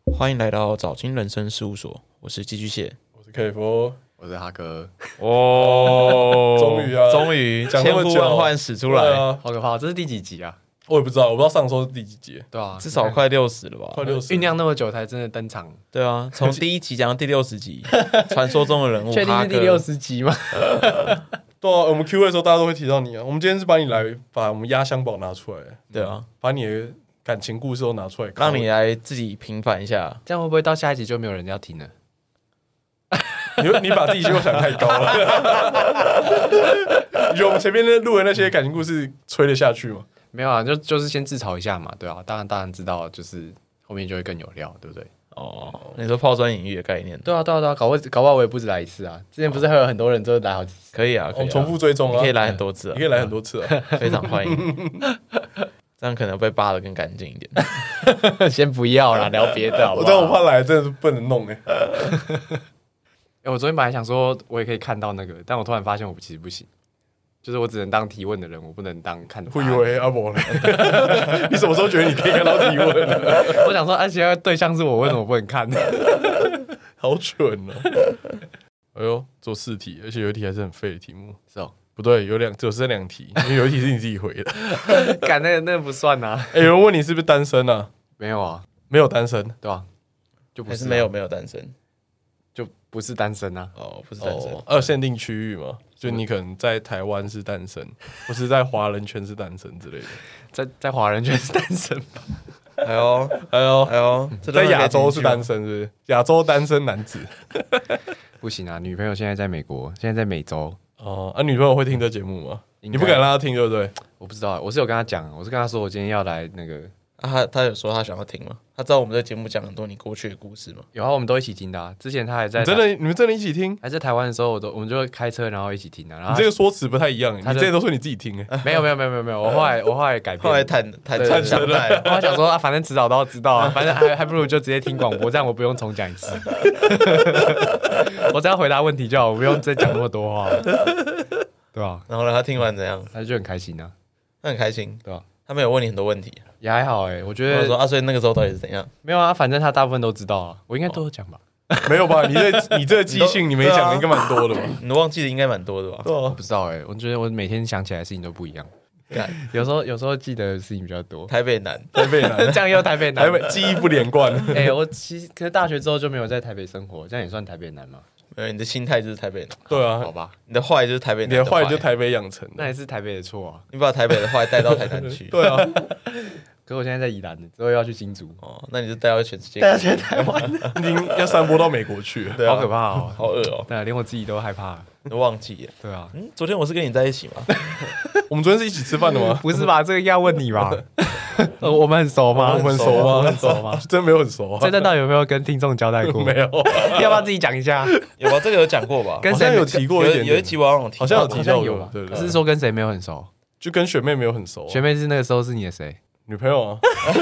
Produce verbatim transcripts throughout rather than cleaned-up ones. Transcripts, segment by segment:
欢迎来到早金人生事务所，我是寄居蟹， 我是 K F， 我是哈哥。 哦，终于啊， 终于千呼万唤始出来， 啊、 好可怕！这是第几集啊？ 我也不知道，我不知道上周是第几集。 对啊， 至少快六十了吧？ 快六十， 酝酿那么久才真的登场。 对啊，从第一集讲到第六十集，传说中的人物， 确定是第六十集吗？ 对啊，我们 Q A 的时候大家都会提到你啊。我们今天是把你来把我们压箱宝拿出来， 对啊， 把你的感情故事都拿出来， 让你来自己平反一下。 这样会不会到下一集就没有人要听了？ 你你把自己期望想太高了。你觉得我们前面录的那些感情故事吹得下去吗？ 没有啊，就就是先自嘲一下嘛，对啊，当然当然知道，就是后面就会更有料，对不对？ 哦，你说抛砖引玉的概念？ 对啊，对啊，对啊，搞不搞不好我也不止来一次啊。之前不是还有很多人都来好几次？ 可以啊，可以啊， 我们重复追踪啊， 你可以来很多次啊， 你可以来很多次啊， 非常欢迎。这样可能被扒得更干净一点。 先不要啦，聊别的好不好？ 我但我怕来真的是不能弄哎、欸。 欸、我昨天本来想说我也可以看到那个，但我突然发现我其实不行。就是我只能当提问的人，我不能当看。 会以为阿伯呢？你什么时候觉得你可以看到提问了？ 我想说，而且对象是我，为什么不能看？ 好蠢哦！哎呦，做四题，而且有一题还是很废的题目。 是哦， 不对，有两只有剩两题，因为有一题是你自己回的。 干那个那个不算啊。 哎、欸，有人问你是不是单身啊？ 没有啊， 没有单身， 对吧、啊？就不是、啊、 还是没有没有单身， 就不是单身啊。 哦，不是单身， 哦、呃，限定区域嘛。就你可能在台湾是单身，或是在华人圈是单身之类的， 在在华人圈是单身吧？ 哎呦哎呦哎呦， 在亚洲是单身是不是？亚洲单身男子不行啊，女朋友现在在美国，现在在美洲。 哦，啊，女朋友会听这节目吗？你不敢让她听，对不对？ 我不知道，我是有跟她讲，我是跟她说我今天要来那个。 啊、他他有说他想要听吗？他知道我们这个节目讲很多你过去的故事吗？ 有啊，我们都一起听的、啊。之前他还在， 真的，你们真的一起听？ 还在台湾的时候，我都我们就会开车，然后一起听的、啊。然后你这个说辞不太一样，你之前都说你自己听、欸， 没有没有没有没有没有，我后来我后来改变， 后来坦坦诚相待。 我想说啊，反正迟早都要知道啊，反正还还不如就直接听广播，这样我不用重讲一次。我只要回答问题就好，我不用再讲那么多话，对吧、啊？ 然后呢，他听完怎样？ 他就很开心啊， 他很开心， 对吧、啊？ 他没有问你很多问题， 也还好哎、欸，我觉得我说啊，所以那个时候到底是怎样？ 没有啊，反正他大部分都知道啊，我应该都有讲吧？ 没有吧？你这你这记性你没讲，应该蛮多的吧？ 你忘记的应该蛮多的吧？ 我不知道哎、欸，我觉得我每天想起来的事情都不一样，有时候有时候记得的事情比较多。 台北男， 台北男， 这样又台北男， 台北记忆不连贯。 哎、欸，我其实可是大学之后就没有在台北生活，这样也算台北男吗？ 没有，你的心态就是台北男。 对啊， 好吧， 你的坏就是台北男你的坏就是台北养成的， 那也是台北的错啊。 你把台北的坏带到台南去。 对啊， 可是我现在在宜兰，之后要去新竹。 哦，那你就带到全世界， 带到全台湾， 已经要散播到美国去了， 对啊， 好可怕哦， 好恶哦， 对啊，连我自己都害怕。 都忘记了。 对啊， 嗯，昨天我是跟你在一起吗？ 我们昨天是一起吃饭的吗？ 不是吧？这个要问你吧？呃我们很熟吗？ 我们很熟吗？ 我们很熟吗？ 真没有很熟啊。 这段到底有没有跟听众交代过？ 没有， 要不要自己讲一下？ 有吧？这个有讲过吧？ 跟谁好像有提过一点点， 有有一集我好像提到， 好像有提到有吧？ 对对， 是说跟谁没有很熟？ 就跟学妹没有很熟， 学妹是那个时候是你的谁？ 女朋友啊，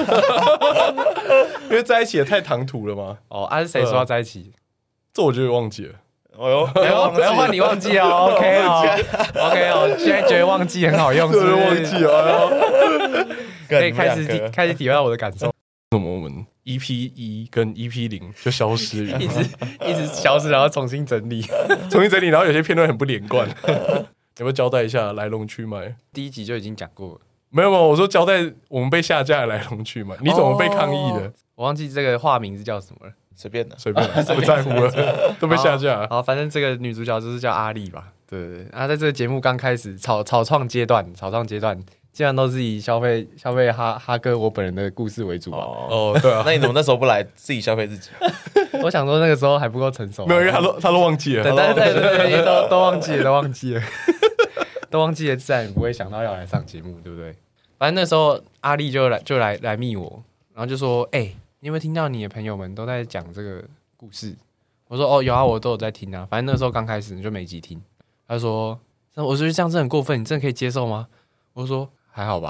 因为在一起也太唐突了嘛。 哦，啊是谁说要在一起？ 这我就忘记了。 哎呦， 哎呦，不要换你忘记哦，OK 哦，OK 哦，现在觉得忘记很好用，是不是？ 忘记了， 可以开始体开始体会到我的感受。 那么我们 E P 一跟 E P 零就消失了， 一直一直消失，然后重新整理， 重新整理，然后有些片段很不连贯。有没有交代一下来龙去脉？ 第一集就已经讲过了。 没有没有，我说交代我们被下架的来龙去脉，你怎么被抗议的？ 哦、我忘记这个化名字叫什么了。 随便的， 随便，不在乎了，都被下架了。 好，反正这个女主角就是叫阿丽吧？对对对。啊，在这个节目刚开始草草创阶段，草创阶段，基本上都是以消费消费哈哈哥我本人的故事为主吧。 哦，对啊。 那你怎么那时候不来自己消费自己？ 我想说那个时候还不够成熟。 没有，因为他都他都忘记了。 对对对对对，都都忘记了，都忘记了，都忘记了，自然不会想到要来上节目，对不对？反正那时候阿丽就来就来来密我，然后就说：“哎、欸。”你有没有听到你的朋友们都在讲这个故事？我说哦有啊，我都有在听啊。反正那时候刚开始就每集听。他说，我觉得这样真的很过分，你真的可以接受吗？我说还好吧。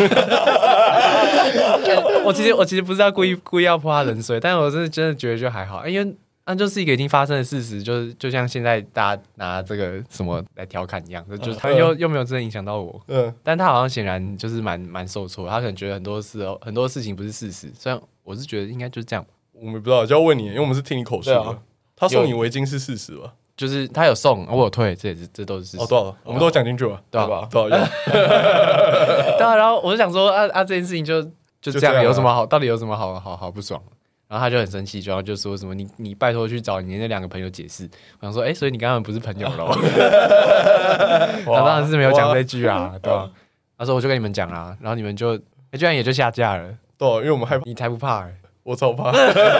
我其实我其实不是要故意故意要泼他冷水，但是我真的真的觉得就还好，因为那就是一个已经发生的事实，就是就像现在大家拿这个什么来调侃一样，就是他又又没有真的影响到我，嗯，但他好像显然就是蛮蛮受挫，他可能觉得很多事很多事情不是事实，虽然我是觉得应该就是这样。 我们不知道，就要问你，因为我们是听你口述的。 啊、 他送你围巾是事实吧？ 就是他有送，我有退，这也是这都是事实。 哦，对了，我们都讲进去了， 对吧？ 对吧？ 对啊，然后我就想说，啊啊，这件事情就就这样，有什么好？到底有什么好好好不爽？然后他就很生气，然后就说什么你你拜托去找你那两个朋友解释。我想说，哎、欸，所以你跟他们不是朋友喽？他当然是没有讲这句啊，对吧、啊？他说我就跟你们讲啦，然后你们就、欸、居然也就下架了。 对、啊，因为我们害怕， 你才不怕、欸， 我超怕，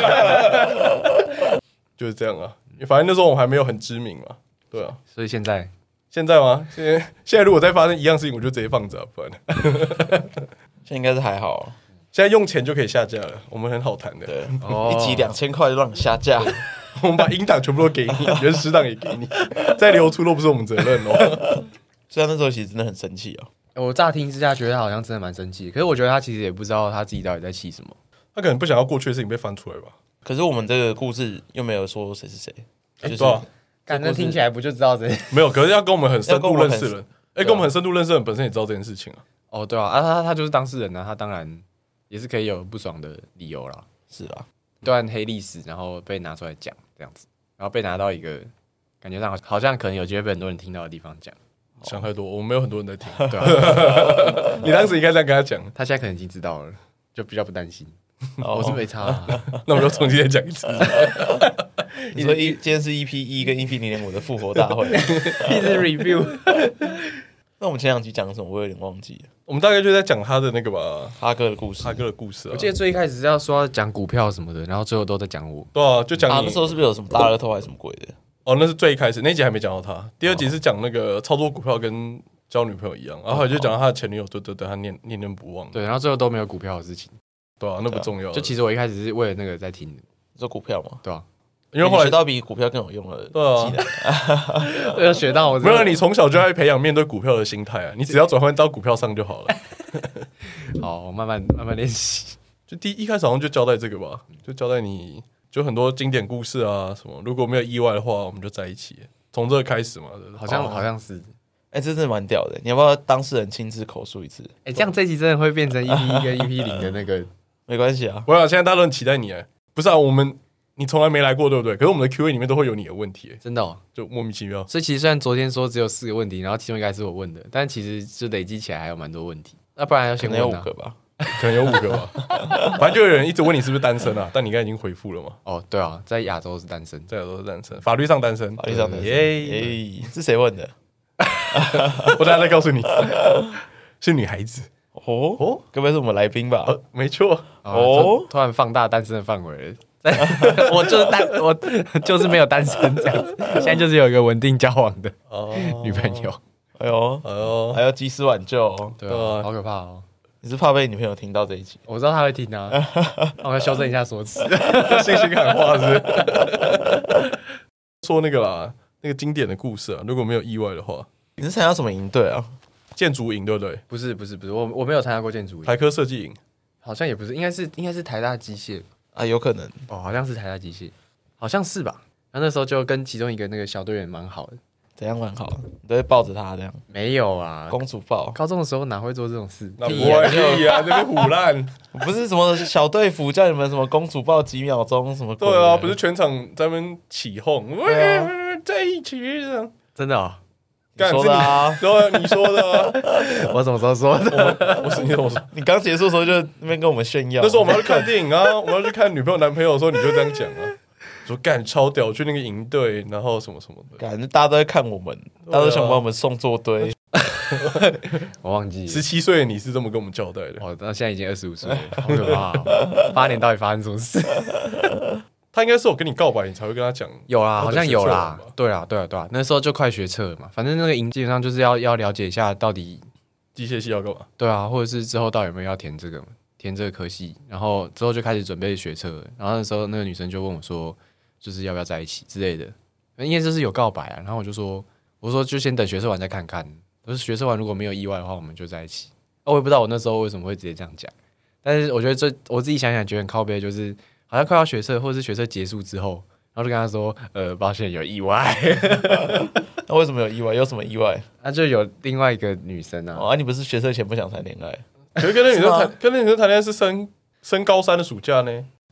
就是这样啊。反正那时候我们还没有很知名嘛，对啊。 所以现在现在吗？现在现在如果再发生一样事情，我就直接放着、啊，不然。 现在应该是还好、啊。 现在用钱就可以下架了，我们很好谈的。 对，哦、一集两千块就让你下架， 我们把音档全部都给你，原始档也给你，再流出都不是我们责任哦。 虽然那时候其实真的很生气啊， 我乍听之下觉得他好像真的蛮生气，可是我觉得他其实也不知道他自己到底在气什么， 他可能不想要过去的事情被翻出来吧。 可是我们这个故事又没有说谁是谁， 欸、 就是、 对啊， 感觉听起来不就知道谁？ 没有，可是要跟我们很深度认识人，哎、欸，跟我们很深度认识人本身也知道这件事情啊。 哦，对啊，啊他他就是当事人啊，他当然。也是可以有不爽的理由啦， 是啊， 一段黑历史，然后被拿出来讲这样子，然后被拿到一个感觉上好像可能有机会被很多人听到的地方讲。 想太多，我们没有很多人在听。 对啊， 你当时应该这样跟他讲， 他现在可能已经知道了，就比较不担心。 哦、 我是没差、啊， 那我们就重新再讲一次。 你说一今天是 E P 一跟 E P 零点五的复活大会， 一直 review。 那我们前两集讲什么？我有点忘记了。 我们大概就在讲他的那个吧， 哈哥的故事， 哈哥的故事、啊。 我记得最一开始是要说要讲股票什么的，然后最后都在讲我。 对啊，就讲你、 啊、那时候是不是有什么大乐透还是什么鬼的？ 哦，那是最一开始那一集还没讲到他，第二集是讲那个操作股票跟交女朋友一样，然后就讲到他的前女友，对对对，他念念念不忘。 对，然后最后都没有股票的事情。 对啊，那不重要。 就其实我一开始是为了那个在听的， 做股票嘛， 对啊。 因为后来学到比股票更有用的技能，要学到我没有，你从小就在培养面对股票的心态啊，你只要转换到股票上就好了。 好，我慢慢慢慢练习。 就第一一开始好像就交代这个吧，就交代你就很多经典故事啊什么，如果没有意外的话，我们就在一起。从这个开始嘛， 好像、哦、好像是。 哎、欸，这真的蛮屌的，你要不要当事人亲自口述一次？ 哎、欸，这样这集真的会变成 E P 一跟 E P 零的那个， 没关系啊。 我想现在大家都很期待你哎，不是啊，我们。你从来没来过，对不对？可是我们的 Q A 里面都会有你的问题， 真的哦， 就莫名其妙。 所以其实虽然昨天说只有四个问题，然后其中一个还是我问的，但其实就累积起来还有蛮多问题。那不然要先问、啊、 可能有五个吧， 可能有五个吧。反正就有人一直问你是不是单身啊，但你刚才已经回复了嘛。 哦，对啊，在亚洲是单身， 在亚洲是单身，法律上单身， 法律上单身。 耶， 是谁问的？ 我等下再告诉你，是女孩子。 哦哦，该不会是我们来宾吧？ 呃、没错。 哦，突然放大单身的范围了。我就是单，我就是没有单身这样子，现在就是有一个稳定交往的女朋友。 哎呦哎呦，还要及时挽救、哦， 对啊，好可怕哦！ 你是怕被女朋友听到这一集？ 我知道她会听啊，我要修正一下说辞， 信心喊话是不是？说那个啦，那个经典的故事啊，如果没有意外的话， 你是参加什么营队啊？ 建筑营对不对？ 不是不是不是，我我没有参加过建筑营， 台科设计营好像也不是，应该是应该是台大机械。 啊，有可能哦，好像是台大机械，好像是吧？然后那时候就跟其中一个那个小队员蛮好的， 怎样蛮好？你都会抱着他这样？ 没有啊， 公主抱。 高中的时候哪会做这种事？ 那不会啊，这边唬烂， 不是什么小队服叫你们什么公主抱几秒钟什么？ 对啊，不是全场在那边起哄，啊、在一起这样， 真的、哦。 你说的啊， 对，你说的、啊， 我什么时候说的？ 我我是你怎么说？ 你刚结束的时候就那边跟我们炫耀。 那时候我们要去看电影啊，我们要去看女朋友男朋友的时候，你就这样讲啊，说干超屌，去那个营队，然后什么什么的， 感觉大家都在看我们，大家都想把我们送作堆。 我忘记十七岁的你是这么跟我们交代的。 哦，那现在已经二十五岁了，好可怕、哦！八年到底发生什么事？ 他应该是有跟你告白，你才会跟他讲。 有啦，好像有啦。对啦，对啊，对啊，那时候就快学测了嘛，反正那个营基本上就是要要了解一下到底机械系要干嘛。 对啊，或者是之后到底有没有要填这个填这个科系，然后之后就开始准备学测了。然后那时候那个女生就问我说，就是要不要在一起之类的，因为就是有告白啊。然后我就说，我说就先等学测完再看看。就是学测完如果没有意外的话，我们就在一起。我也不知道我那时候为什么会直接这样讲，但是我觉得这我自己想想觉得很靠背，就是好像快要学测或者是学测结束之后，然后就跟他说，呃，抱歉有意外。 那为什么有意外？有什么意外？ 那、啊、就有另外一个女生啊。 哦，啊、你不是学测前不想谈恋爱？ 可是跟那女生谈，跟那女生谈恋爱是升升高三的暑假呢。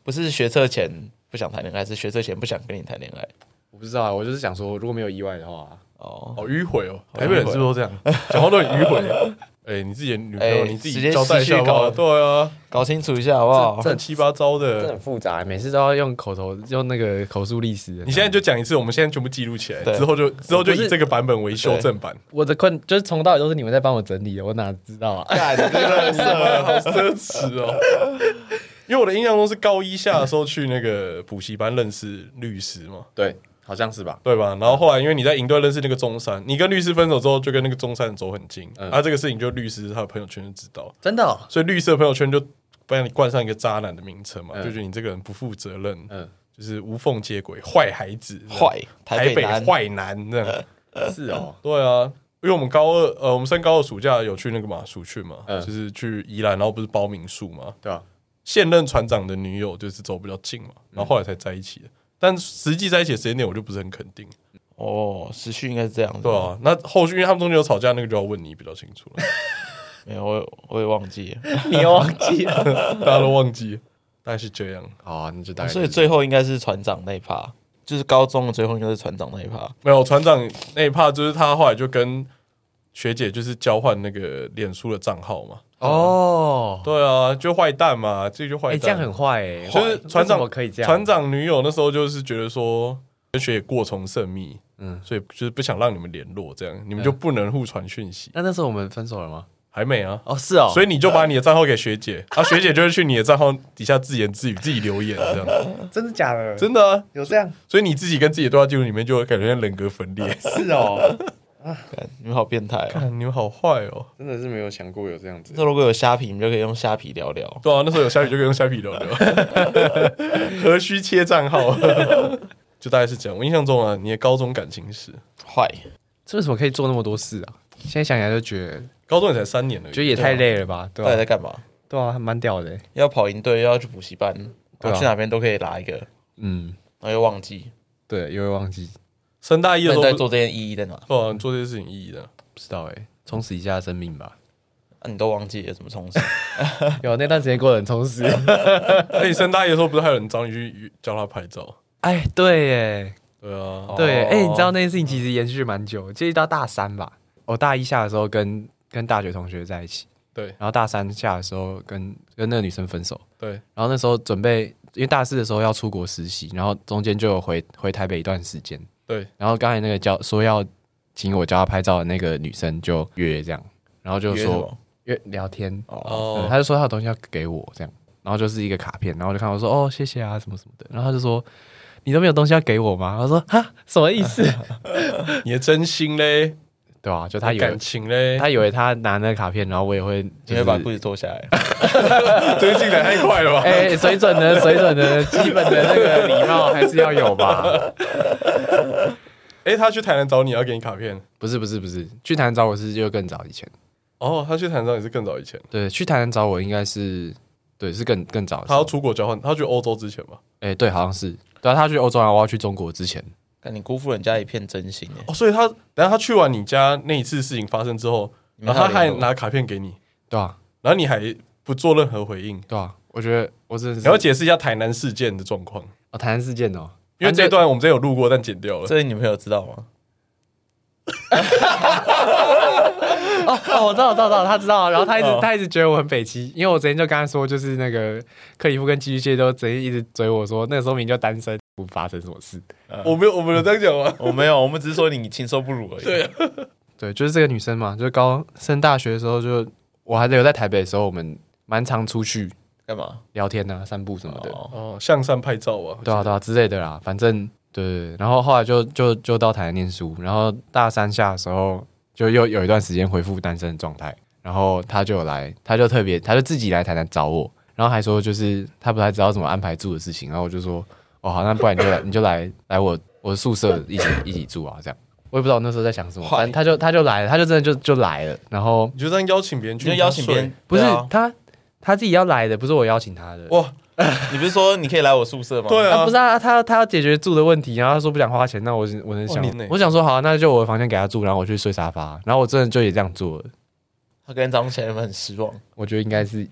不是学测前不想谈恋爱，是学测前不想跟你谈恋爱。 我不知道啊，我就是想说，如果没有意外的话， 哦， 好迂回哦，台北人是不是都这样？讲话都很迂回。哎、欸，你自己的女朋友、欸、你自己交代一下好不好？对啊， 搞清楚一下好不好？ 这很七八糟的， 这很复杂，每次都要用口头用那个口述历史。 你现在就讲一次，我们现在全部记录起来，之后就之后就以这个版本为修正版。 我的困就是从头到尾都是你们在帮我整理的，我哪知道啊？ 干这个什么好奢侈哦！因为我的印象中是高一下的时候去那个补习班认识律师嘛， 对。好像是吧， 对吧？然后后来因为你在营队认识那个中山，你跟律师分手之后，就跟那个中山走很近。嗯、啊，这个事情就律师他的朋友圈就知道， 真的、哦。 所以律师的朋友圈就帮你冠上一个渣男的名称嘛，嗯、就觉得你这个人不负责任，嗯，就是无缝接轨，坏孩子， 坏台北坏男这样。 是哦， 对啊，因为我们高二呃，我们升高二暑假有去那个嘛暑训嘛，嗯、就是去宜兰，然后不是包民宿嘛， 对啊。 现任船长的女友就是走比较近嘛，然后后来才在一起的。但实际在一起的时间点，我就不是很肯定。 哦，时序应该是这样， 对啊。那后续因为他们中间有吵架，那个就要问你比较清楚了。 没有，我我也忘记了， 你也忘记了， 大家都忘记了，大概是这样。 好啊，那就大概、 哦。所以最后应该是船长那一趴，就是高中的最后应该是船长那一趴。 没有，船长那一趴就是他后来就跟学姐就是交换那个脸书的账号嘛。 哦， 对啊，就坏蛋嘛，这就坏蛋、欸， 这样很坏哎、欸， 就是船长可以这样。 船长女友那时候就是觉得说跟学姐过从甚密，嗯，所以就是不想让你们联络，这样你们就不能互传讯息、 嗯。那那时候我们分手了吗？ 还没啊。 哦，是哦， 所以你就把你的账号给学姐，啊，学姐就会去你的账号底下自言自语，自己留言这样。 真的假的？ 真的啊， 有这样。 所以你自己跟自己的对话记录里面就会感觉像人格分裂。 是哦。 啊、你们好变态哦！你们好坏哦！ 真的是没有想过有这样子。 那如果有虾皮，你们就可以用虾皮聊聊。 对啊，那时候有虾皮就可以用虾皮聊聊。何须切账号？就大概是这样。我印象中啊，你的高中感情史坏， 这为什么可以做那么多事啊？现在想起来就觉得， 高中也才三年了， 觉得也太累了吧？对啊，到底在干嘛？ 对啊，还蛮屌的。 要跑营队，又要去补习班，然后去哪边都可以拉一个， 嗯， 然后又忘记， 对，又会忘记。 升大一的时候在做这件意义在哪？ 对啊，做这些事情意义的不知道哎、欸，充实一下生命吧。 啊，你都忘记了怎么充实？ 有那段时间过得很充实。 那你升大一的时候，不是还有人找你去教他拍照？ 哎，对耶， 对啊， 对，哎、欸，你知道那件事情其实延续蛮久，接到大三吧。我大一下的时候跟跟大学同学在一起， 对， 然后大三下的时候跟跟那个女生分手， 对， 然后那时候准备，因为大四的时候要出国实习，然后中间就有回回台北一段时间。 对， 然后刚才那个教说要请我教她拍照的那个女生就约这样，然后就说约聊天哦、嗯，她就说她有东西要给我这样，然后就是一个卡片，然后我就看我说哦谢谢啊什么什么的，然后她就说你都没有东西要给我吗？我说哈什么意思？ 你的真心嘞？ 对啊，就她以为感情嘞， 她以为她拿那个卡片，然后我也会、就是， 你会把裤子脱下来， 这个进展太快了吧？ 哎、欸，水准的水准的基本的那个礼貌还是要有吧？ 哎、欸，他去台南找你要给你卡片？ 不是不是不是，去台南找我是就更早以前。 哦，他去台南找你是更早以前。 对，去台南找我应该是对是更更早的。 他要出国交换，他要去欧洲之前吧？ 哎、欸，对，好像是。对啊，他去欧洲，然后我要去中国之前。 但你辜负人家一片真心哎。 哦，所以他等下他去完你家那一次事情发生之后，然后他还拿卡片给你， 对啊， 然后你还不做任何回应， 对啊，我觉得我真的是。 你要解释一下台南事件的状况。 哦，台南事件哦， 因为这一段我们之前有录过，但剪掉了。 这你朋友知道吗？ 哦哦，我知道，我知道，我知道，他知道，然后他一直、哦、他一直觉得我很北七，因为我之前就跟他说，就是那个克里夫跟寄居蟹都直接一直追我说，那个时候明明就单身，不发生什么事。 嗯、我没有，我没有这样讲吗？ 我没有，我们只是说你禽兽不如而已。 对、啊， 对，就是这个女生嘛，就是高升大学的时候就，我还留在台北的时候，我们蛮常出去干嘛聊天啊、散步什么的。 哦，象山拍照啊， 对啊，对啊之类的啦，反正。对对对，然后后来就就就到台南念书，然后大三下的时候就又有一段时间恢复单身的状态，然后他就有来，他就特别他就自己来台南找我，然后还说就是他不太知道怎么安排住的事情，然后我就说哦好，那不然你就来你就来来我我的宿舍一起一起住啊这样，我也不知道我那时候在想什么，反正他就他就来了，他就真的就就来了，然后你就这样邀请别人去， 就邀请别人， 不是、啊、他他自己要来的，不是我邀请他的哇。 你不是说你可以来我宿舍吗？ 对啊， 啊不是啊，他他要解决住的问题，然后他说不想花钱，那我我能想，我想说好、啊，那就我的房间给他住，然后我去睡沙发，然后我真的就也这样做了。 他跟早上起来有没有很失望？ 我觉得应该是有，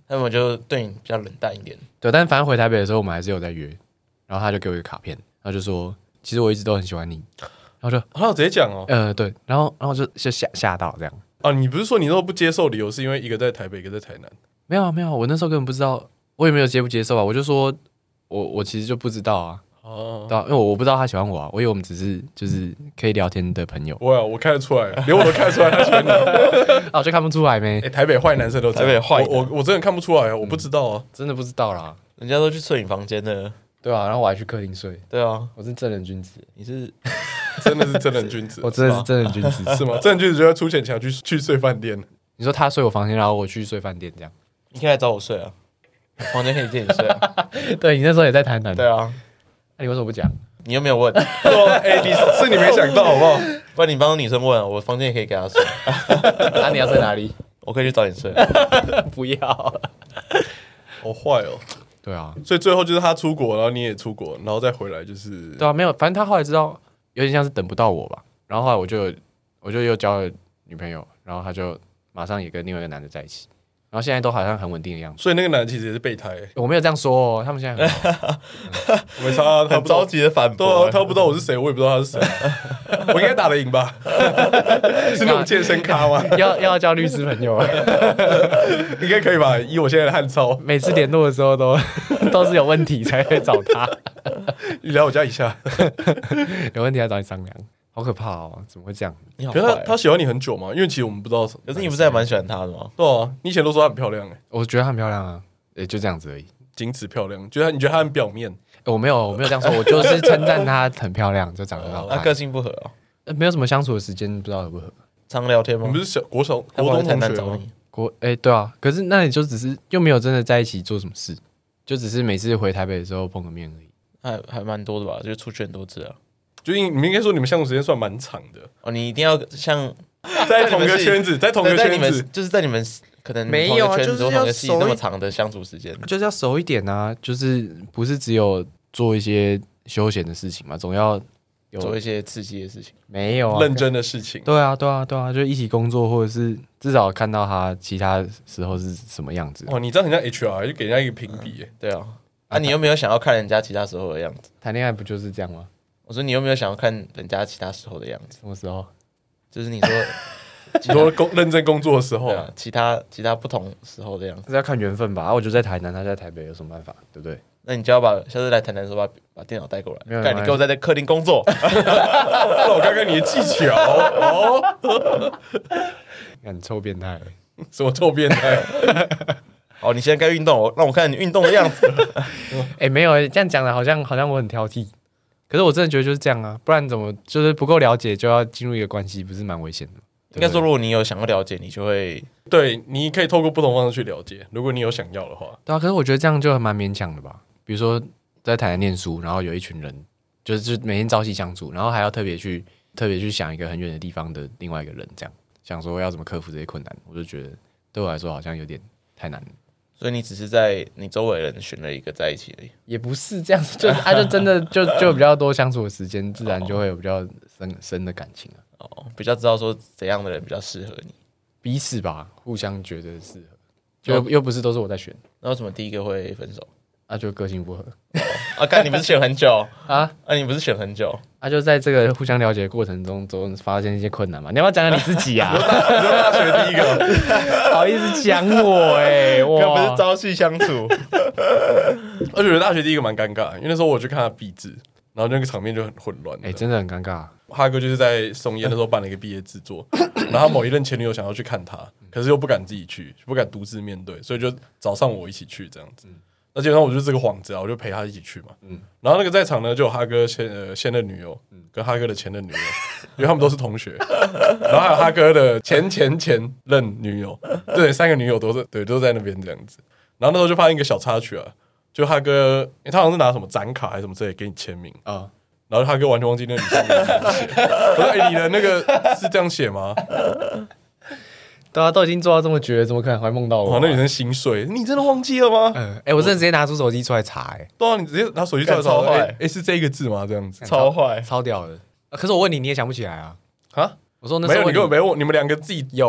他们就对你比较冷淡一点。 对，但反正回台北的时候，我们还是有在约。然后他就给我一个卡片，然后就说，其实我一直都很喜欢你。然后就他有直接讲哦， 呃对，然后然后就就吓吓到这样。 啊，你不是说你那时候不接受理由是因为一个在台北，一个在台南？ 没有啊没有啊，我那时候根本不知道，我也没有接不接受啊，我就说我我其实就不知道啊。哦，对啊，因为我我不知道他喜欢我啊，我以为我们只是就是可以聊天的朋友。 我我看得出来，连我都看得出来他喜欢你。 啊，我就看不出来没？ 哎，台北坏男生都这样， 台北坏我我我真的看不出来啊，我不知道啊， 真的不知道啦。 人家都去睡你房间的， 对啊，然后我还去客厅睡。 对啊， 我是正人君子， 你是真的是真人君子， 我真的是正人君子， 是吗？正人君子就要出钱请他去去睡饭店。 你说他睡我房间，然后我去睡饭店这样？ 你可以来找我睡啊，房间可以借你睡啊。 对你那时候也在台南， 对啊， 那你为什么不讲？ 你又没有问， 哎，你是你没想到好不好？ 不然你帮女生问啊，我房间也可以给她睡。 那你要睡哪里？ 我可以去找你睡。 不要， 好坏哦。 对啊， 所以最后就是他出国，然后你也出国，然后再回来就是对啊，没有，反正他后来知道有点像是等不到我吧，然后后来我就我就又交了女朋友，然后他就马上也跟另外一个男的在一起，然后现在都好像很稳定的样子。 所以那个男的其实也是备胎、欸， 我没有这样说哦，他们现在很好我没差、啊，他很着急的反驳、 对啊，他不知道我是谁，我也不知道他是谁，我应该打得赢吧？是那种健身咖吗？ 要要交律师朋友啊， 应该可以吧？以我现在的汉操， 每次联络的时候都都是有问题才会找他， 你来我家一下， 有问题要找你商量，好可怕哦，怎么会这样？ 你好可是他坏、 他喜欢你很久嘛？因为其实我们不知道， 可是你不是还蛮喜欢他的吗？ 对啊，你以前都说她很漂亮、欸，哎， 我觉得她很漂亮啊，也就这样子而已。 仅此漂亮，觉得你觉得她很表面， 我没有我没有这样说，我就是称赞她很漂亮，就长得很好看。 他个性不合哦， 呃没有什么相处的时间，不知道合不合。 常聊天吗？ 你不是小国小他国中跑来台南同学吗？ 找你， 国哎、欸对啊，可是那你就只是又没有真的在一起做什么事，就只是每次回台北的时候碰个面而已。 还还蛮多的吧，就出去很多次啊。 就你们应该说你们相处时间算蛮长的， 哦，你一定要像在同个圈子，在同个在你圈子们，就是在你们可能没有啊同一个圈子就是要或同一个系熟一那么长的相处时间。 就是要熟一点啊，就是不是只有做一些休闲的事情嘛，总要有做一些刺激的事情。 没有啊认真的事情。 对啊，对啊，对啊，就一起工作，或者是至少看到他其他时候是什么样子。 哦，你这样很像 H R，就给人家一个评比、欸， 对啊，啊，你有没有想要看人家其他时候的样子？ 谈恋爱不就是这样吗？ 我说你有没有想要看人家其他时候的样子？ 什么时候？ 就是你说你说工认真工作的时候对，啊，其他其他不同时候的样子。 这要看缘分吧。啊，我就在台南，他在台北，有什么办法？对不对？ 那你就要把下次来台南的时候把把电脑带过来， 没有没有干你给我在这客厅工作。 让我看看你的技巧哦， 很臭变态。 什么臭变态？ 好，你现在该运动，让我看你运动的样子。 哎、没有、欸，这样讲的好像好像我很挑剔，可是我真的觉得就是这样啊，不然怎么就是不够了解就要进入一个关系，不是蛮危险的吗？ 应该说，如果你有想要了解，你就会对，你可以透过不同方式去了解，如果你有想要的话。 对啊，可是我觉得这样就蛮勉强的吧。比如说在台南念书，然后有一群人，就是就每天朝夕相处，然后还要特别去特别去想一个很远的地方的另外一个人，这样想说要怎么克服这些困难，我就觉得对我来说好像有点太难了。 所以你只是在你周围的人选了一个在一起而已。 也不是这样，就他、啊、就真的就就比较多相处的时间，自然就会有比较深深的感情啊。 哦，比较知道说怎样的人比较适合你， 彼此吧，互相觉得适合，就又不是都是我在选， 那为什么第一个会分手？ 啊，就个性不合啊，干你不是选很久啊， 啊，你不是选很久， 啊，就在这个互相了解的过程中，总发现一些困难嘛。你要不要讲讲你自己啊？ 你说大学第一个， 好意思讲我哎、欸， 又不是哇， 朝夕相处。 而且我觉得大学第一个蛮尴尬，因为那时候我去看他毕制，然后那个场面就很混乱。 哎、欸，真的很尴尬。 哈哥就是在松烟的时候办了一个毕业制作，然后他某一任前女友想要去看他，可是又不敢自己去，不敢独自面对，所以就找上我一起去这样子。那基本上我就是这个幌子啊，我就陪他一起去嘛。嗯，然后那个在场呢，就有哈哥现呃现任女友，跟哈哥的前任女友，因为他们都是同学，然后还有哈哥的前前前任女友，对，三个女友都是对都在那边这样子。然后那时候就发现一个小插曲啊，就哈哥，欸、他好像是拿什么展卡还是什么之类给你签名啊。嗯，然后哈哥完全忘记那个女生名字怎么写，我说：“哎、欸，你的那个是这样写吗？” 对啊，都已经做到这么绝了，怎么可能还梦到我、啊？ 哇，那女生心碎，你真的忘记了吗？ 嗯，哎、欸，我真的直接拿出手机出来查、欸，哎， 对啊，你直接拿手机出来查， 超坏， 哎、欸，是这个字吗？这样子， 超坏， 超屌的、啊。可是我问你，你也想不起来啊？ 啊？ 我说那时候没有，你根本没问，你们两个自己有，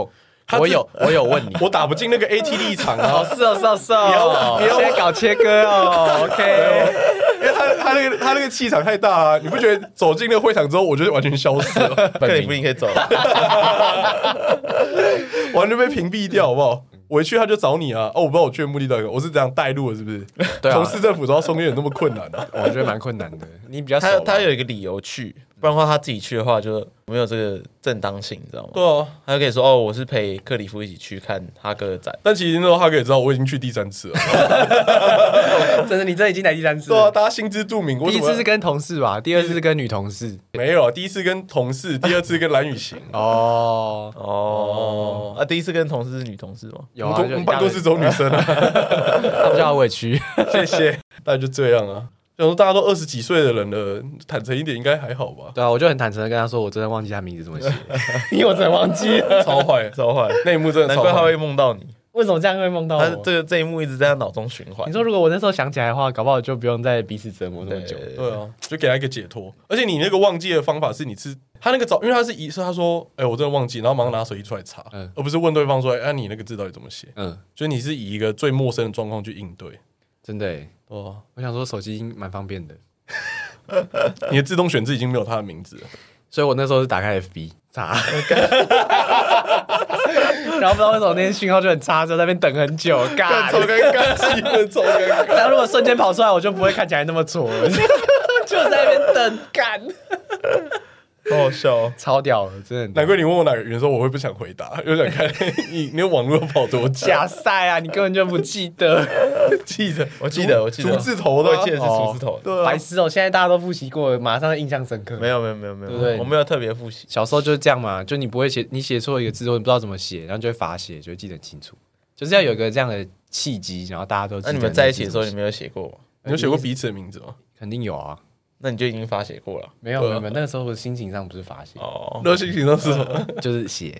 我有我有问你， 我打不进那个 A T 立场啊。 哦是哦是哦是哦， 你要你要现在搞切割哦，OK。 因为他他那个他那个气场太大啊，你不觉得走进那个会场之后，我就完全消失了， 克里夫你可以走了， 完全被屏蔽掉，好不好？我一去他就找你啊！哦，我不知道我去的目的到底是，我是这样带路的，是不是？ 对啊从市政府走到松烟有那么困难啊？ 我觉得蛮困难的。你比较熟他吧他有一个理由去，不然的话他自己去的话就没有这个正当性，你知道吗？ 对啊， 他就可以说哦，我是陪克里夫一起去看哈哥的展， 但其实那时候哈哥也知道我已经去第三次了。 真的，你这已经来第三次对啊， 了。 大家心知肚明。 第一次是跟同事吧，第二次是跟女同事。 没有啊，第一次跟同事，第二次跟蓝雨行。 哦， 哦啊，第一次跟同事是女同事吗？ 有啊， 我们我们办公室只有女生啊。 他们叫我委屈。 谢谢，大概就这样啊。想说大家都二十几岁的人了，坦诚一点应该还好吧？ 对啊，我就很坦诚的跟他说，我真的忘记他名字怎么写，因为我真的忘记了。 超坏， 超坏， 那一幕真的超坏。 难怪他会梦到你， 为什么这样会梦到我？ 他这个这一幕一直在他脑中循环你。说如果我那时候想起来的话，搞不好就不用再彼此折磨那么久。 对对啊，就给他一个解脱。而且你那个忘记的方法是，你是他那个找，因为他是一是他说，哎、欸，我真的忘记，然后马上拿手机出来查， 嗯而不是问对方说，哎、欸，你那个字到底怎么写？ 嗯， 就是你是以一个最陌生的状况去应对。 真的耶， 对啊， 我想说手机蛮方便的， 你的自动选字已经没有他的名字了。 所以我那时候是打开 F B 查，然后不知道为什么那天讯号就很差，就在那边等很久，干超尴尬，气氛超尴尬。 然后如果瞬间跑出来，我就不会看起来那么挫了，就在那边等干， 好好笑哦。 超屌了，真的很屌。 难怪你问我哪个语言的时候，我会不想回答，因为想看你你的网络跑多久。 假赛啊！你根本就不记得， 记得， 我记得我记得竹字头的啊， 我记得是竹字头的。 对啊白痴哦！现在大家都复习过，马上印象深刻。 没有没有没有没有， 对不对我没有特别复习。 小时候就是这样嘛，就你不会写，你写错一个字或你不知道怎么写，然后就会罚写，就会记得很清楚。就是要有一个这样的契机，然后大家都记得。 那你们在一起的时候，你没有写过吗？ 你有写过彼此的名字吗？ 肯定有啊， 那你就已经发写过了。 没有没有没有，那个时候我心情上不是罚写， 哦， 那心情上是什么？ 就是写。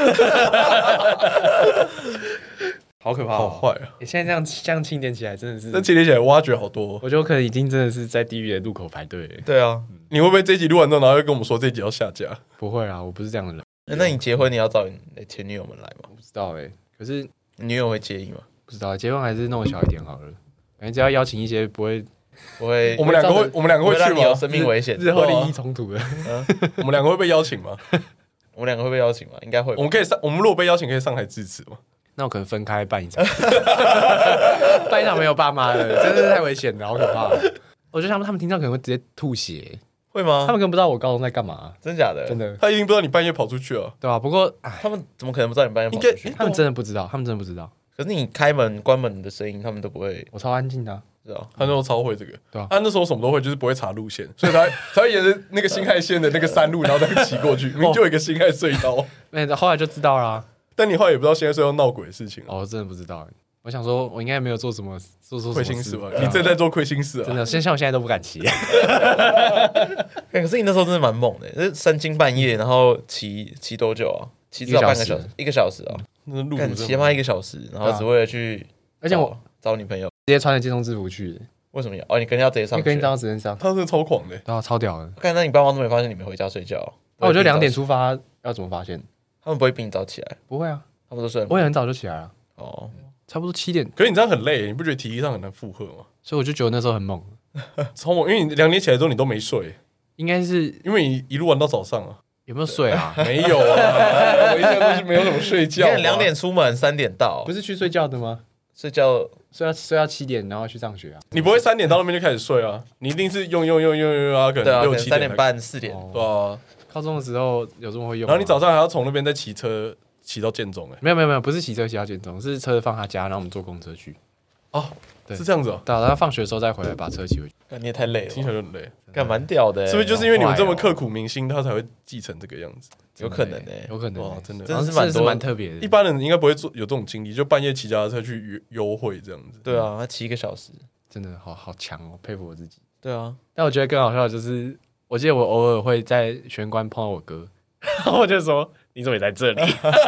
好可怕、哦， 好坏啊！ 欸现在这样这样庆典起来真的是， 但今天起来挖掘好多哦。 我觉得我可能已经真的是在地狱的路口排队了。 对啊。 你会不会这一集录完之后，然后又跟我们说这一集要下架？ 不会啊，我不是这样的人。 欸那你结婚你要找你的前女友们来吗？ 不知道哎、欸，可是你女友会介意吗？ 不知道结婚还是弄小一点好了。感觉只要邀请一些不会不会， 我们两个会，我们两个会去不让你有吗？ 生命危险。 日后利益冲突的。 我们两个会被邀请吗？ 我们两个会被邀请吗？应该会吧。 我们可以上，我们如果被邀请，可以上台致辞吗？ 那我可能分开办一场，办一场没有爸妈的，真的是太危险了，好可怕。我觉得他们他们听到可能会直接吐血， 会吗？ 他们根本不知道我高中在干嘛， 真假的？ 真的， 他一定不知道你半夜跑出去啊！ 对吧、不过哎， 他们怎么可能不知道你半夜跑应该出去？ 他们真的不知道，他们真的不知道， 可是你开门关门的声音，他们都不会我超安静的啊、 知道。 他那时候超会这个， 对啊他那时候什么都会，就是不会查路线，所以他他会沿着那个新海线的那个山路，然后再骑过去，明明就有一个新海隧道， 那、后来就知道啦、 但你后来也不知道新海隧道闹鬼的事情啊， 哦，真的不知道欸。我想说，我应该也没有做什么做错什么亏心事吧？ 对啊你正在做亏心事啊！ 真的，现像我现在都不敢骑。 欸可是你那时候真的蛮猛的，就是三更半夜，然后骑骑多久啊？骑至少半个小时，一个小时啊！ 那路干骑他妈一个小时，然后只为了去找， 而且我找女朋友， 直接穿着健身制服去的， 为什么要？哦，你隔天要直接上学因为跟你到直接上， 他真的超狂的， 对啊，超屌的。 看，那你爸妈都没发现你没回家睡觉？ 那我就两点出， 出发，要怎么发现？ 他们不会比你早起来， 不会啊， 他们都睡很我也很早就起来了， 哦。 差不多七点， 可是你这样很累，你不觉得体力上很难负荷吗？ 所以我就觉得那时候很猛。 超猛，因为你两点起来之后你都没睡， 应该是因为你一路玩到早上啊。 有没有睡啊？ 没有啊，我一下都是没有怎么睡你觉。 看两点出门，三点到， 不是去睡觉的吗？ 睡觉睡到睡到七点，然后去上学啊？ 你不会三点到那边就开始睡啊？你一定是用用用用用用啊，可对啊， 能六七点可能三点。半四点， 哦对啊， 高中的时候有这么会用吗？ 然后你早上还要从那边再骑车骑到建中，哎， 没有没有没有，不是骑车骑到建中，是车放他家，然后我们坐公车去。 哦， 对是这样子哦， 对啊，然后放学的时候再回来把车骑回去。 干你也太累了吧， 听起来就很累， 干蛮屌的欸， 是不是就是因为你们这么好坏哦刻苦铭心，他才会继承这个样子？ 有可能欸有可能欸， 哇真的好像真的是蛮多真的是蛮特别的。 一般人应该不会做有这种经历，就半夜骑脚踏车去幽幽会这样子。 对啊，他骑一个小时， 真的好好强哦，佩服我自己。 对啊， 但我觉得更好笑的就是，我记得我偶尔会在玄关碰到我哥，然后我就说：“你怎么也在这里？”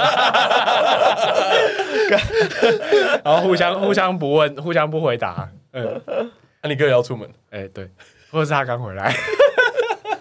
然后互相互相不问，互相不回答。嗯， 那你哥也要出门？ 哎、对，或者是他刚回来。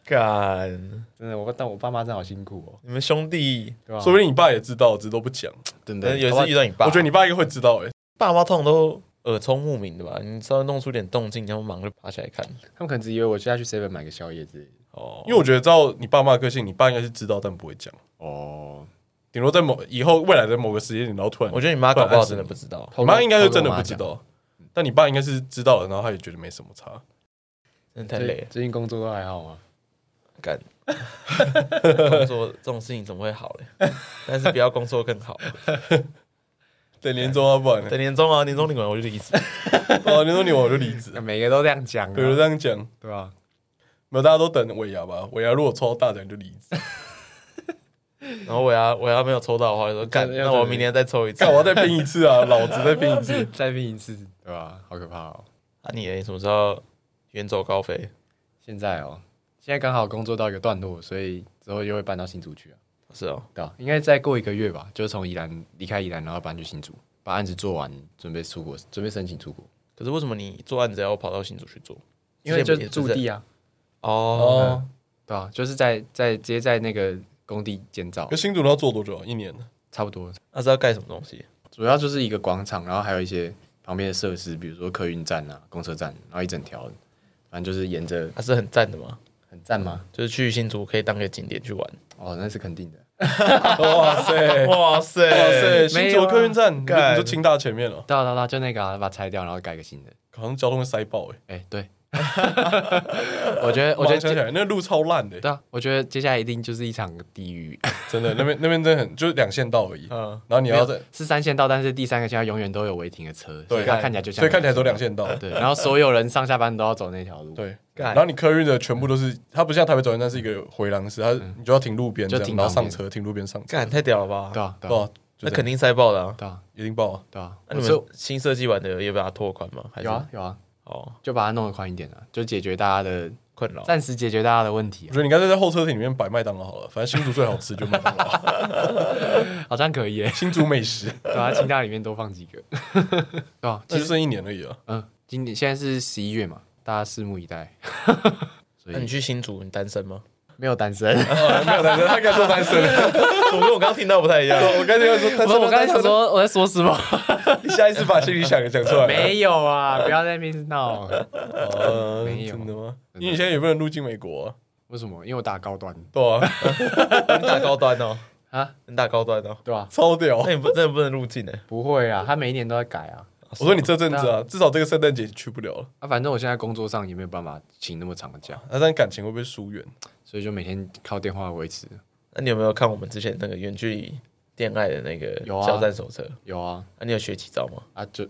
干， 真的，我但我爸妈真的好辛苦哦， 你们兄弟， 对吧？ 说不定你爸也知道，只是都不讲。 真的， 有一次遇到你爸， 我觉得你爸应该会知道哎、欸。 爸妈通常都耳聪目明的吧？你稍微弄出点动静，然后忙就爬起来看。 他们可能只以为我下去 seven 买个宵夜之类的。 哦， 因为我觉得照你爸妈的个性，你爸应该是知道但不会讲。 哦， 顶多在某以后未来的某个时间点，然后突然， 我觉得你妈搞不好真的不知道， 你妈应该就真的不知道，但你爸应该是知道了，然后他也觉得没什么差。 真的太累了。 最近工作都还好吗？ 干，工作这种事情怎么会好嘞？但是不要工作更好。 等年终啊，不然呢？ 等年终啊，年终领完我就离职。 哦，年终领完我就离职。 每个都这样讲， 对，就这样讲， 对吧？ 没有，大家都等尾牙吧？尾牙如果抽到大奖就离职。 然后我要我要没有抽到的话，就说干，那我明年再抽一次。 干，我要再拼一次啊！老子再拼一次， 再拼一次，对吧？好可怕哦！ 啊，你诶什么时候远走高飞？ 现在哦，现在刚好工作到一个段落，所以之后又会搬到新竹去啊。 是哦， 对啊，应该再过一个月吧，就是从宜兰离开宜兰，然后搬去新竹，把案子做完，准备出国，准备申请出国。 可是为什么你做案子要跑到新竹去做？ 因为就驻地啊。 哦， 嗯、对啊，就是在在直接在那个工地建造。 可新竹要做多久？一年？ 差不多。 那是要盖什么东西？ 主要就是一个广场，然后还有一些旁边的设施，比如说客运站啊、公车站，然后一整条，反正就是沿着。 它是很赞的吗？ 很赞吗？ 就是去新竹可以当个景点去玩。 哦，那是肯定的。 哇塞， 哇塞， 哇塞！新竹客运站，你干就清大前面了。 对啊对啊，就那个、啊、把它拆掉，然后改个新的。 好像交通会塞爆哎、 欸。哎、欸，对。我觉得，我觉得想起来那个路超烂的、欸。 对啊，我觉得接下来一定就是一场地狱。 真的，那边那边真的很就是两线道而已。嗯，然后你要在是三线道，但是第三个线道永远都有违停的车，对，看起来就像， 所以看起来都两线道。 对，然后所有人上下班都要走那条路。 对，然后你客运的全部都是，它不像台北走园站是一个回廊式，它你就要停路边，就停然后上车，停路边上车。 干太屌了吧？ 对啊， 对啊， 那肯定塞爆的啊， 对啊， 一定爆啊， 对啊。 那你们新设计完的也把它拓宽吗？ 有啊，有啊。 哦， 就把它弄得宽一点啊，就解决大家的困扰， 暂时解决大家的问题、啊。 我觉得你干脆在候车亭里面摆麦当劳好了，反正新竹最好吃就麦当劳， 好像可以耶。 新竹美食， 对啊，清大里面多放几个，对啊， 那就剩一年而已啊。 嗯，今年现在是十一月嘛，大家拭目以待。 那你去新竹，你单身吗？ 没有单身， 哦、没有单身，他刚说单身， 我跟我刚刚听到不太一样。 我刚才说单身， 我刚才想说我在说什么？ 你下一次把心里想的讲出来。 没有啊，不要在那边闹。 呃， 没有， 真的吗？因为你现在也不能入境美国、啊， 为什么？因为我打高端。 对啊， 你打高端哦， 啊， 你打高端哦， 对啊， 超屌。 那你不真的不能入境哎？ 不会啊，他每一年都在改啊。 我说你这阵子啊，至少这个圣诞节去不了了啊。反正我现在工作上也没有办法请那么长的假， 那、啊、但感情会不会疏远？ 所以就每天靠电话维持。 那你有没有看我们之前那个远距离恋爱的那个交战手册？ 有啊， 那、啊、你有学几招吗？ 啊，就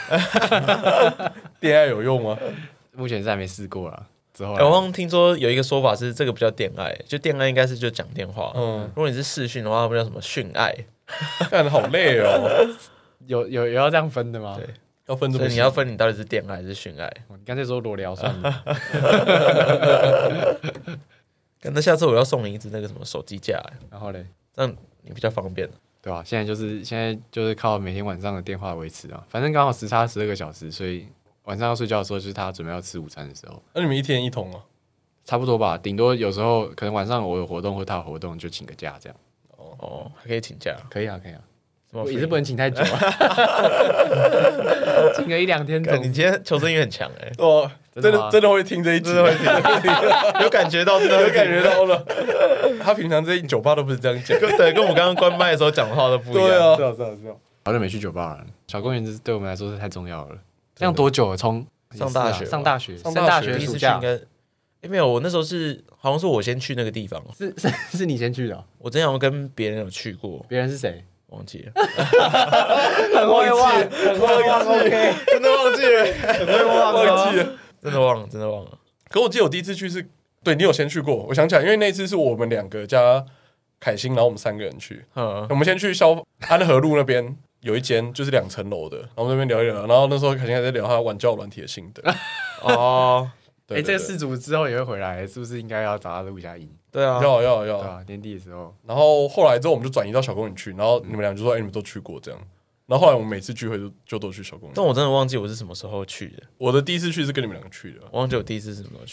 恋爱有用吗？ 目前是还没试过啦。之后、 欸，我刚听说有一个说法是，这个不叫恋爱，就恋爱应该是就讲电话。嗯，如果你是视讯的话，不叫什么训爱， 干好累哦。 有有有要这样分的吗？ 对， 要分这么细。 所以你要分你到底是恋爱还是训爱。 你干脆说裸聊算了。 那下次我要送你一支那个什么手机架， 然后嘞， 这样你比较方便， 对吧、啊？现在就是现在就是靠每天晚上的电话维持啊，反正刚好时差十二个小时，所以晚上要睡觉的时候就是他准备要吃午餐的时候。 那你们一天一通啊？ 差不多吧，顶多有时候可能晚上我有活动或他有活动就请个假这样。 哦哦，还可以请假？ 可以啊，可以啊。 我也是不能请太久啊，请个一两天总。 你今天求生欲很强哎、欸， 哦，真的真的会听这一集， 真的会听，有感觉到，真的有感觉到了。他平常在酒吧都不是这样讲， 对，跟我刚刚关麦的时候讲的话都不一样。 对啊， 知道知道知道。好久没去酒吧了，小公园对我们来说是太重要了。这样多久了？从上大学， 上大学， 上大学第一次去应该。欸、没有，我那时候是好像是我先去那个地方， 是是是你先去的、哦。 我之前好像跟别人有去过， 别人是谁？ 忘记了， 很会忘，很会忘 ，OK， 真的忘记了， 很会忘， 忘记了， 真的忘了，真的忘了。 可我记得我第一次去是，对你有先去过，我想起来，因为那次是我们两个加凯欣，然后我们三个人去，嗯，我们先去消安和路那边有一间就是两层楼的，然后那边聊一聊，然后那时候凯欣还在聊他玩交友软体的心得。 哦。 哎、欸，这个事主之后也会回来，是不是应该要找他录一下音？ 对啊， 要要要， 对啊，年底的时候。 然后后来之后我们就转移到小公园去，然后你们俩就说：“哎、欸，你们都去过这样。”然后后来我们每次聚会就就都去小公园。 但我真的忘记我是什么时候去的。 我的第一次去是跟你们两个去的， 我忘记我第一次是什么时候去的。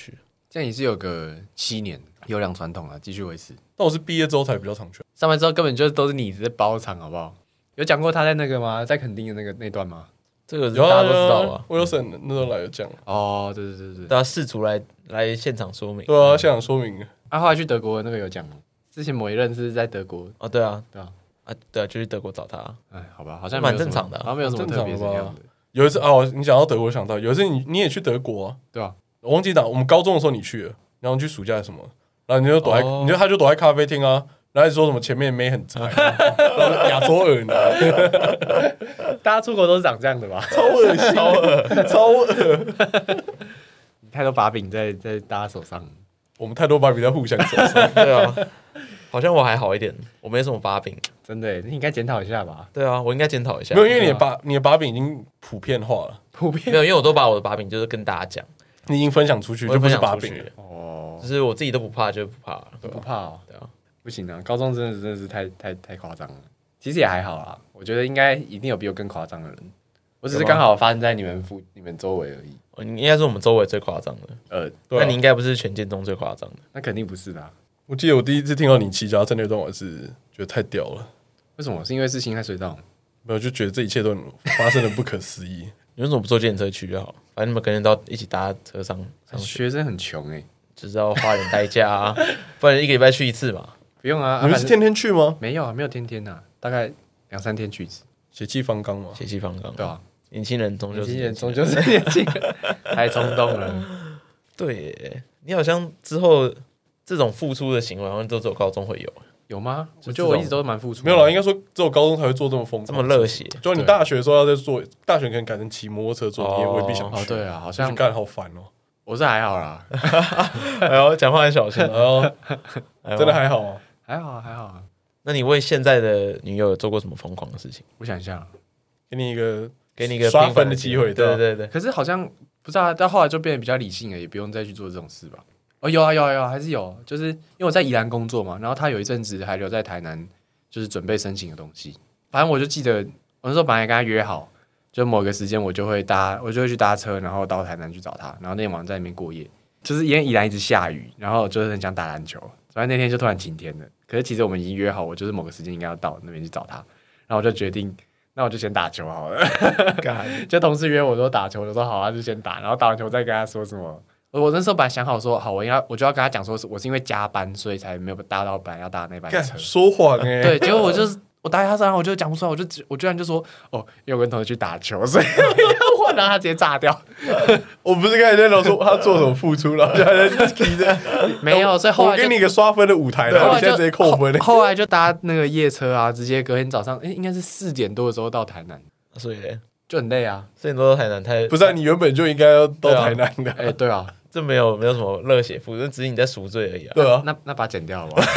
这样也是有个七年优良传统啊，继续维持。 但我是毕业之后才比较常去。 上班之后根本就都是你在包场，好不好？有讲过他在那个吗？在垦丁的那个那段吗？ 这个有大家都知道吧？ 我有审那时候来有讲。 哦，对对对对， 大家试图来来现场说明。 对啊，现场说明。 啊，后来去德国的那个有讲吗？之前某一任是在德国。 哦，对啊， 对啊， 啊，对啊，就去德国找他。 哎，好吧，好像蛮正常的、啊， 好像没有什么特别的样子。 有一次哦，你讲到德国，我想到有一次你你也去德国啊？ 对啊， 我忘记打，我们高中的时候你去了，然后你去暑假什么，然后你就躲在， 哦、 你就他就躲在咖啡厅啊，然后你说什么前面妹很窄，亚洲耳男， 大家出国都是长这样的吧？ 超恶心，超恶，超恶， 太多把柄在在大家手上， 我们太多把柄在互相手上， 对啊，好像我还好一点，我没什么把柄， 真的，你应该检讨一下吧？ 对啊，我应该检讨一下， 没有，因为你的把你的把柄已经普遍化了， 普遍没有，因为我都把我的把柄就是跟大家讲， 你已经分享出去，就不是把柄哦， 就是我自己都不怕，就不怕了， 不怕哦， 对啊， 不行啊，高中真的真的是太太太夸张了，其实也还好啦，我觉得应该一定有比我更夸张的人，我只是刚好发生在你们附你们周围而已。 哦，你应该是我们周围最夸张的， 呃， 那、啊、你应该不是全建中最夸张的， 那肯定不是啦。 我记得我第一次听到你骑脚踏车那段，我是觉得太屌了。 为什么？是因为是辛亥隧道？ 没有，就觉得这一切都发生的不可思议。 你为什么不坐电车去就好？反正你们跟人都一起搭车上上学生很穷哎、欸， 就是要花点代价啊，不然一个礼拜去一次嘛。 不用啊， 你们是天天去吗？ 没有啊，没有天天啊，大概两三天去一次。 血气方刚嘛， 血气方刚， 对啊， 年轻人终究是年轻人终究是年轻人，太冲动了。 对耶，你好像之后这种付出的行为，好像都只有高中会有。 有吗？我觉得我一直都蛮付出。 没有啦，应该说只有高中才会做这么疯狂、 这么热血。 就你大学的时候要在做，大学可能改成骑摩托车做，你也未必想去。 哦，对啊，好像干好烦哦。 我是还好啦， 哎呦，讲话很小心， 哎呦，真的还好啊， 还好啊，还好啊。 那你为现在的女友有做过什么疯狂的事情？ 我想一下， 给你一个， 给你一个刷分的机会。 对对对对。 可是好像不知道，到后来就变得比较理性了，也不用再去做这种事吧。哦，有啊有啊有啊，还是有，就是因为我在宜兰工作嘛，然后他有一阵子还留在台南，就是准备申请的东西。反正我就记得，我那时候本来跟他约好，就某个时间我就会搭，我就会去搭车，然后到台南去找他，然后那天晚上在那边过夜。就是因为宜兰一直下雨，然后就是很想打篮球，所以那天就突然晴天了。可是其实我们已经约好，我就是某个时间应该要到那边去找他，然后我就决定，那我就先打球好了。就同事约我说打球，我就说好啊，就先打，然后打完球再跟他说什么。我那时候本来想好说，好，我应该我就要跟他讲说，我是因为加班，所以才没有搭到本来要搭那班车。 说谎哎、欸！ 对，结果我就是我搭他车，然后我就讲不出来，我就我居然就说，哦，因为我跟同学去打球，所以要换，然后他直接炸掉。 我不是刚才在说他做什么付出了，就还在提着没有，所以后来我给你一个刷分的舞台，然后你现在直接扣分、欸后。后来就搭那个夜车啊，直接隔天早上，哎、欸，应该是四点多的时候到台南， 所以就很累啊。 四点多到台南太不是、啊、你原本就应该要到台南的， 哎、啊欸，对啊。 这没有没有什么热血付出，只是你在赎罪而已啊。 对啊， 那那把它剪掉好不好？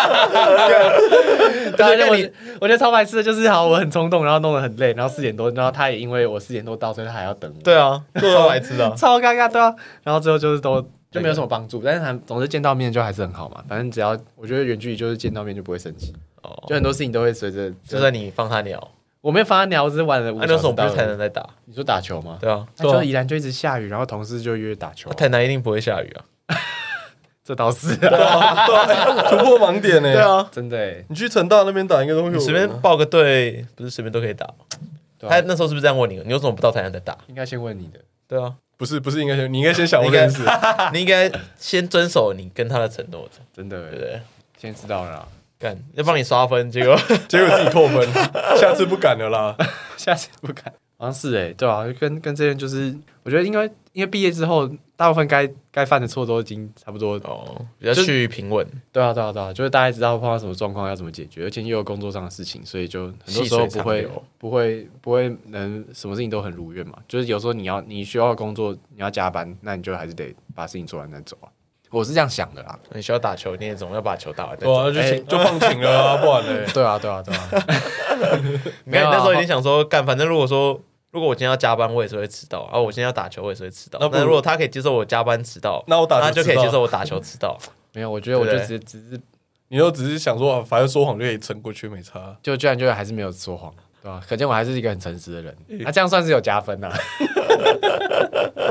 对啊，我我觉得超白痴的就是好，我很冲动，然后弄得很累，然后四点多，然后他也因为我四点多到，所以他还要等我。 对啊，超白痴的， 超尴尬，对啊。然后最后就是都就没有什么帮助，但是他总是见到面就还是很好嘛。反正只要我觉得远距离就是见到面就不会生气，哦，就很多事情都会随着， 就算你放他鸟。 我没有放他鸟，我只是玩了五小时。 那时候不是台南在打？ 你说打球吗？ 对啊， 那就宜兰就一直下雨，然后同事就约打球。 台南一定不会下雨啊， 这倒是对啊，突破盲点呢。 对啊， 真的哎。 你去成大那边打应该都会有， 你随便报个队，不是随便都可以打。他那时候是不是这样问你？你为什么不到台南再打？ 应该先问你的。 对啊， 不是不是应该先，你应该先想过这件事， 你应该先遵守你跟他的承诺。 真的， 对不对？ 先知道了啦。 干要帮你刷分，结果结果自己扣分，下次不敢了啦， 下次不敢，好像是哎、欸，对啊，跟跟这些就是，我觉得应该因为毕业之后，大部分该该犯的错都已经差不多哦，比较趋于平稳。 对啊，对啊，对啊，就是大家知道碰到什么状况要怎么解决，而且又有工作上的事情，所以就很多时候不会不会不会能什么事情都很如愿嘛。就是有时候你要你需要工作，你要加班，那你就还是得把事情做完再走啊。我是这样想的啦。 你需要打球，你也总要把球打完。 对啊，就、欸、就放晴了啊，不然呢？ 对啊，对啊，对啊。 没有，那时候已经想说，干，反正如果说，如果我今天要加班，我也是会迟到啊。我今天要打球，我也是会迟到。那如果他可以接受我加班迟到， 那我打球他就可以接受我打球迟到。 没有，我觉得我就只只是， 你都只是想说，反正说谎就可以撑过去，没差。 就居然就还是没有说谎，对吧？可见我还是一个很诚实的人，那、啊、这样算是有加分啊。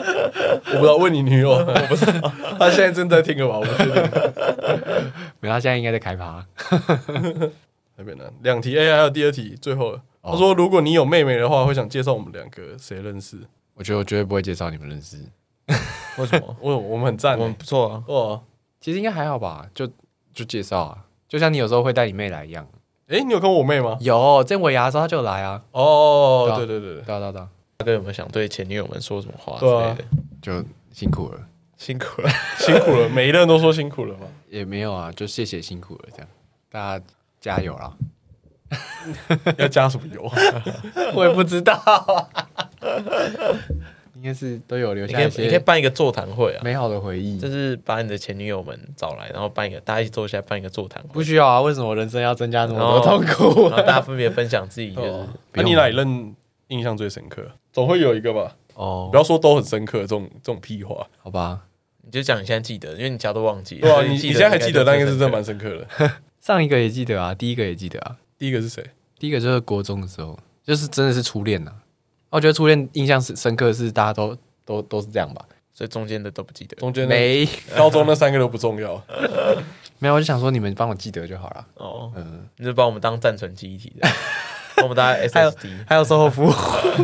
我不知道，问你女友，我不知道，她现在正在听了吧？我不确定。 没有，他现在应该在开趴。 那边呢？两题 A， 还有第二题，最后了。他说：“如果你有妹妹的话，会想介绍我们两个谁认识？” 我觉得我绝对不会介绍你们认识。 为什么？ 我我们很赞、欸， 我们不错啊。 哇， 其实应该还好吧，就就介绍啊，就像你有时候会带你妹来一样。 哎、欸，你有看我妹吗？ 有，之前尾牙的时候她就有来啊。 哦，对对对对， 对啊对啊对啊。 大哥有没有想对前女友们说什么话之类的？ 啊、 就辛苦了， 辛苦了， 辛苦了，每一个人都说辛苦了嘛。 也没有啊，就谢谢辛苦了，这样大家加油啦。 要加什么油？ 我也不知道、啊，应该是都有留下一些。 你可以办一个座谈会啊， 美好的回忆， 就是把你的前女友们找来，然后办一个大家一起坐下来办一个座谈会。 不需要啊，为什么人生要增加那么多痛苦？ 然后大家分别分享自己，就是。 那、啊、你哪一任印象最深刻？总会有一个吧？ 哦， 不要说都很深刻，这种这种屁话， 好吧？ 你就讲你现在记得，因为你家都忘记了。 对啊，你你你现在还记得，那应该是真的蛮深刻的。 上一个也记得啊，第一个也记得啊。 第一个是谁？ 第一个就是国中的时候，就是真的是初恋呐、啊。我觉得初恋印象深刻是大家都都都是这样吧， 所以中间的都不记得。 中间没高中那三个都不重要。 没有，我就想说你们帮我记得就好了。 哦，嗯，你就把我们当暂存记忆体的，我们大家 S S D， 还有售后服务，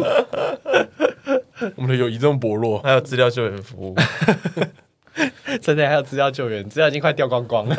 我们的友谊这么薄弱， 还有资料救援服务。 真的还有资料救援，资料已经快掉光光了，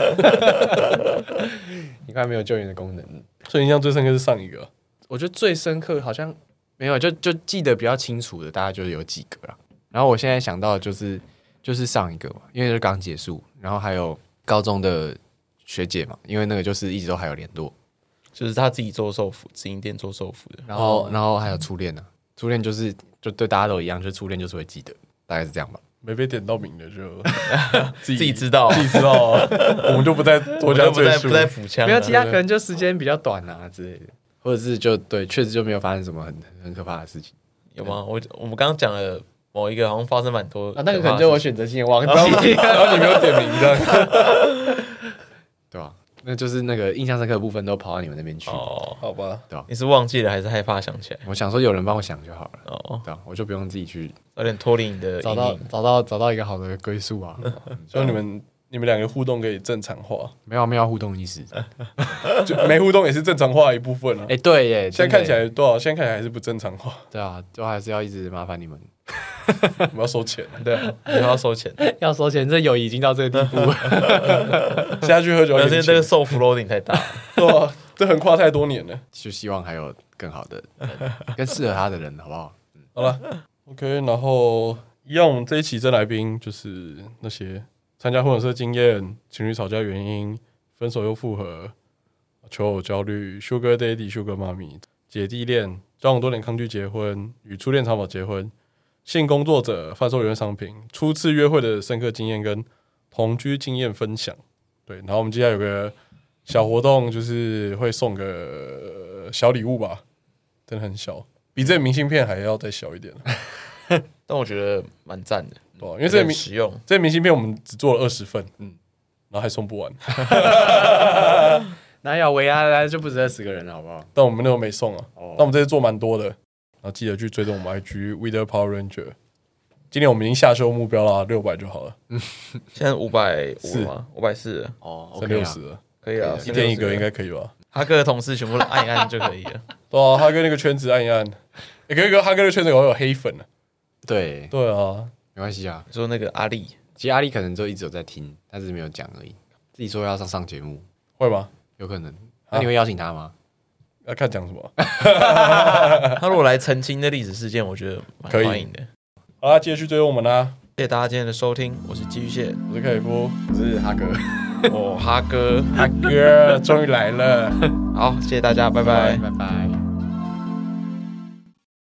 你快没有救援的功能。 所以印象最深刻是上一个， 我觉得最深刻好像没有，就就记得比较清楚的，大概就有几个啦。然后我现在想到的就是就是上一个嘛，因为就刚结束，然后还有高中的学姐嘛，因为那个就是一直都还有联络， 就是他自己做寿服，直营店做寿服的。 然后、嗯、然后还有初恋呢、啊，初恋就是就对大家都一样，就初恋就是会记得，大概是这样吧。 没被点到名的就自己自己知道， 自己知道、啊，我们就不再多加赘述， 不再补枪。 没有其他可能就时间比较短啊之类的，或者是就对，确实就没有发生什么很很可怕的事情， 有吗？我我们刚刚讲了某一个好像发生蛮多啊，那个可能就我选择性的忘记， 然后你没有点名的， 对吧？那就是那个印象深刻的部分都跑到你们那边去， 哦， 好吧？ 对吧？ 你是忘记了还是害怕想起来？ 我想说有人帮我想就好了， 哦， 对吧？我就不用自己去， 有点脱离你的找到找到找到一个好的归宿啊。 希望你们你们两个互动可以正常化， 没有没有互动意识， 就没互动也是正常化的一部分啊。 哎、欸，对耶， 现在看起来多少？现在看起来还是不正常化。 对啊，就还是要一直麻烦你们。 我们要收钱， 对啊，你要收钱， 要收钱，这友谊已经到这个地步了。 现在去喝酒， 而且这个受服 loading 太大， 对啊，这横跨太多年了。 就希望还有更好的人，更适合他的人，好不好？ 嗯、好了 ，OK， 然后一样，我们这一期真来宾就是那些参加婚友社经验、情侣吵架原因、分手又复合、求偶焦虑、Sugar Daddy、Sugar Mommy、姐弟恋、交往多年抗拒结婚、与初恋长跑结婚、性工作者贩售原商品、初次约会的深刻经验跟同居经验分享。对，然后我们接下来有个小活动，就是会送个小礼物吧，真的很小，比这个明信片还要再小一点。 但我觉得蛮赞的， 对、啊，因为这个实用， 这个明信片我们只做了二十份，嗯，然后还送不完。 哪有维亚来就不止二十个人了，好不好？ 但我们那时候没送啊， 哦、 那我们这次做蛮多的。然后记得去追踪我们 I G Wither Power Ranger。今年我们已经下修目标了，六百就好了。 嗯，现在五百五吗？五百四哦， 剩六十了， 可以啊， 一天一个应该可以吧？ 哈哥的同事全部按一按就可以了。 对啊，哈哥那个圈子按一按，也可以。哈哥的圈子有有黑粉了。 对对啊， 没关系啊。 你说那个阿力， 其实阿力可能就一直有在听，但是没有讲而已。自己说要上上节目， 会吗？ 有可能。那你会邀请他吗？ 要看讲什么。 他如果来澄清的历史事件，我觉得蛮欢迎的。 好啦，继续追踪我们啦！ 谢谢大家今天的收听，我是寄居蟹， 我是凯夫， 我是哈哥， 哦，哈哥， 哈哥终于来了。 好，谢谢大家，拜拜， 拜拜。